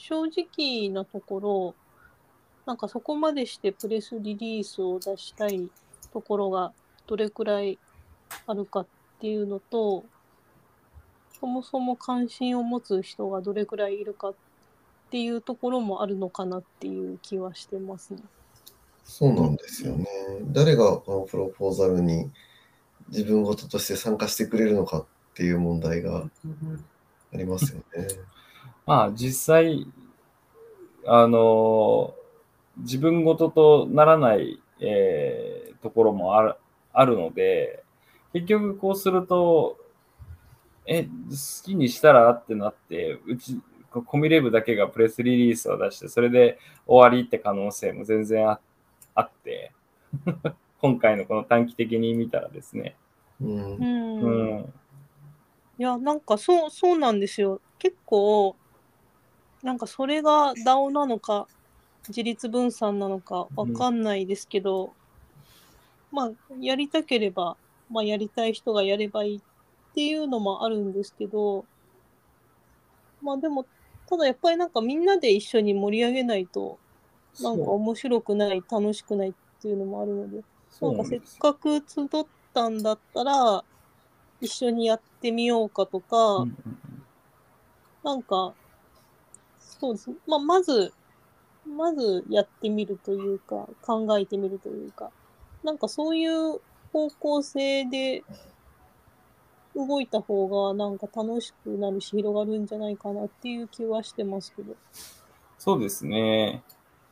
正直なところ、なんかそこまでしてプレスリリースを出したいところがどれくらいあるかっていうのと、そもそも関心を持つ人がどれくらいいるかっていうところもあるのかなっていう気はしてますね。 そうなんですよね。誰がこのプロポーザルに自分事として参加してくれるのかっていう問題がありますよね。 まあ実際、あの、自分事とならない、ところもあるので、結局こうすると、好きにしたらってなって、コミレブだけがプレスリリースを出して、それで終わりって可能性も全然あって、今回のこの短期的に見たらですね。 う。 うん。 ん。 いや、なんかそうなんですよ。結構、なんかそれが DAO なのか、自立分散なのかわかんないですけど、まあ、やりたければ、まあ、やりたい人がやればいいっていうのもあるんですけど、まあでも、ただやっぱりなんかみんなで一緒に盛り上げないと、なんかそう、 面白くない、楽しくないっていうのもあるので、なんかせっそうなんですよ。 かく集ったんだったら、一緒にやってみようかとか、なんか、そうですね。まあ、まずやってみるというか、考えてみるというか、なんかそういう方向性で動いた方がなんか楽しくなるし、広がるんじゃないかなっていう気はしてますけど。 そうですね。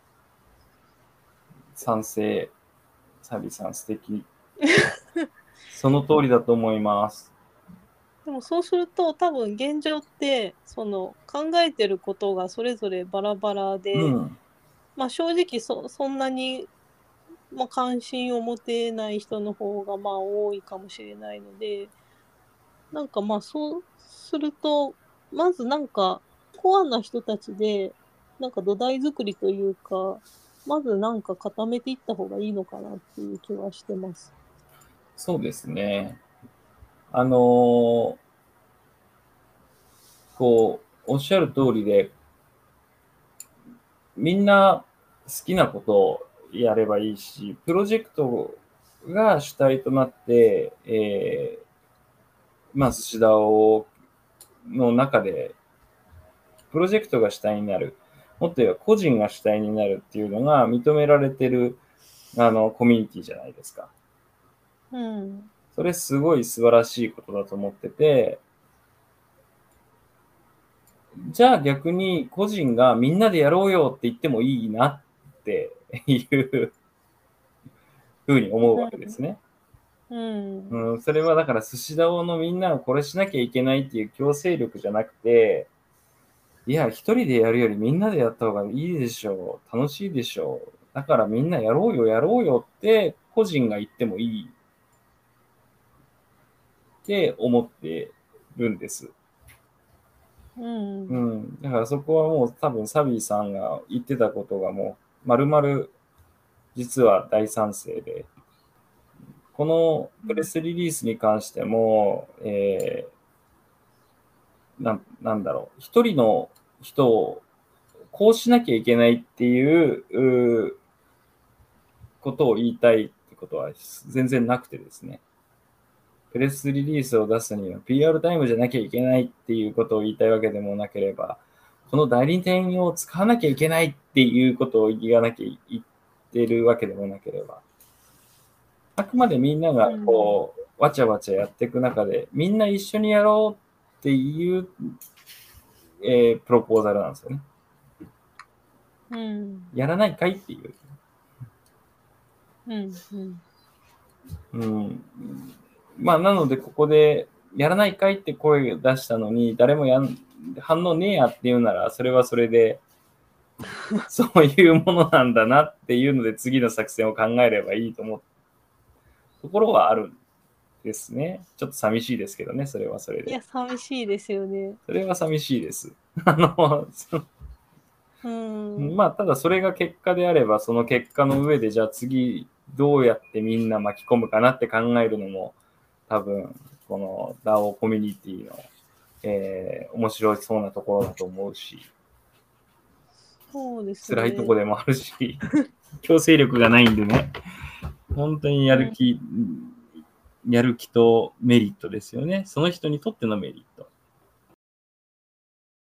賛成。サビさん素敵。その通りだと思います。 でもそうすると多分現状って、その考えてることがそれぞれバラバラで、 うん。 まあ正直そんなに、まあ、関心を持てない人の方がまあ多いかもしれないので、なんかまあそうすると、まずなんかコアな人たちで、なんか土台作りというか、まずなんか固めていった方がいいのかなっていう気はしてます。 そうですね。あのーこう、おっしゃる通りで、みんな好きなことをやればいいし、プロジェクトが主体となって、まあ、寿司ダオの中で、プロジェクトが主体になる。もっと言えば個人が主体になるっていうのが認められてる、コミュニティじゃないですか。 うん。 それすごい素晴らしいことだと思ってて、じゃあ逆に個人がみんなでやろうよって言ってもいいなっていうふうに思うわけですね。 うん。 うん、それはだから寿司ダオのみんながこれしなきゃいけないっていう強制力じゃなくて、いや、一人でやるよりみんなでやった方がいいでしょう。楽しいでしょう。だからみんなやろうよ、やろうよって個人が言ってもいいって思ってるんです。 うん。 うん。だからそこはもう多分サビーさんが言ってたことがもう丸々実は大賛成で、このプレスリリースに関しても、なんだろう、一人の人をこうしなきゃいけないっていうことを言いたいってことは全然なくてですね。プレスリリースを出すには PR タイムじゃなきゃいけないっていうことを言いたいわけでもなければ、この代理店を使わなきゃいけないっていうことを言ってるわけでもなければ、あくまでみんながうん。 こう、わちゃわちゃやっていく中で、みんな一緒にやろうっていう、プロポーザルなんですよね。 うん。 やらないかいっていう。 うん。うん。 うん。まあ、なので、ここで、やらないかいって声を出したのに、誰も反応ねえやっていうなら、それはそれで、そういうものなんだなっていうので、次の作戦を考えればいいと思うところはあるんですね。ちょっと寂しいですけどね、それはそれで。 いや、寂しいですよね。 それは寂しいです。あの、 うん。 まあ、ただそれが結果であれば、その結果の上で、じゃあ次、どうやってみんな巻き込むかなって考えるのも、多分、この DAO コミュニティの、面白そうなところだと思うし、 そうですね。 辛いとこでもあるし、強制力がないんでね、本当にやる気とメリットですよね。その人にとってのメリット。